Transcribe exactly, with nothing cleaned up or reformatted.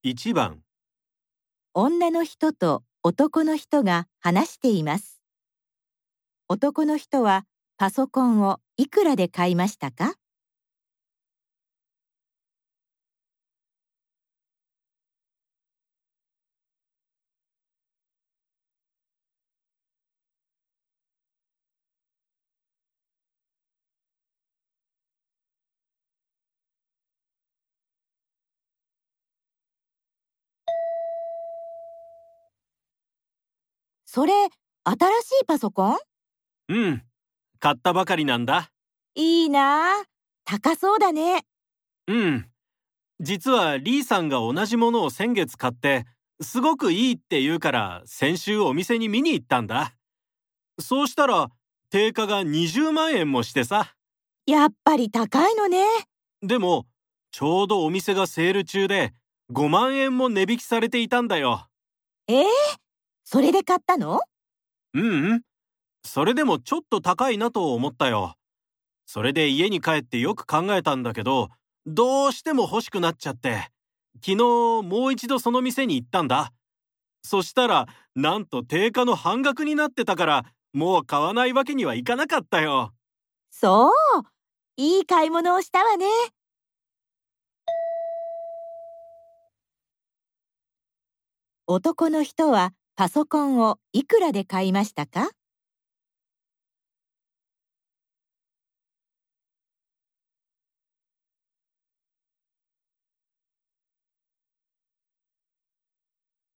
いちばん、 女の人と男の人が話しています。男の人はパソコンをいくらで買いましたか？それ、新しいパソコン？ うん、買ったばかりなんだ。 いいなあ。高そうだね。 うん、実はリーさんが同じものを先月買って、すごくいいって言うから先週お店に見に行ったんだ。そうしたら、定価がにじゅうまんえんもしてさ。 やっぱり高いのね。 でも、ちょうどお店がセール中で、ごまんえんも値引きされていたんだよ。 ええ、それで買ったの？ うんうん。それでもちょっと高いなと思ったよ。それで家に帰ってよく考えたんだけど、どうしても欲しくなっちゃって、昨日もう一度その店に行ったんだ。そしたら、なんと定価の半額になってたから、もう買わないわけにはいかなかったよ。 そう。いい買い物をしたわね。男の人はパソコンをいくらで買いましたか？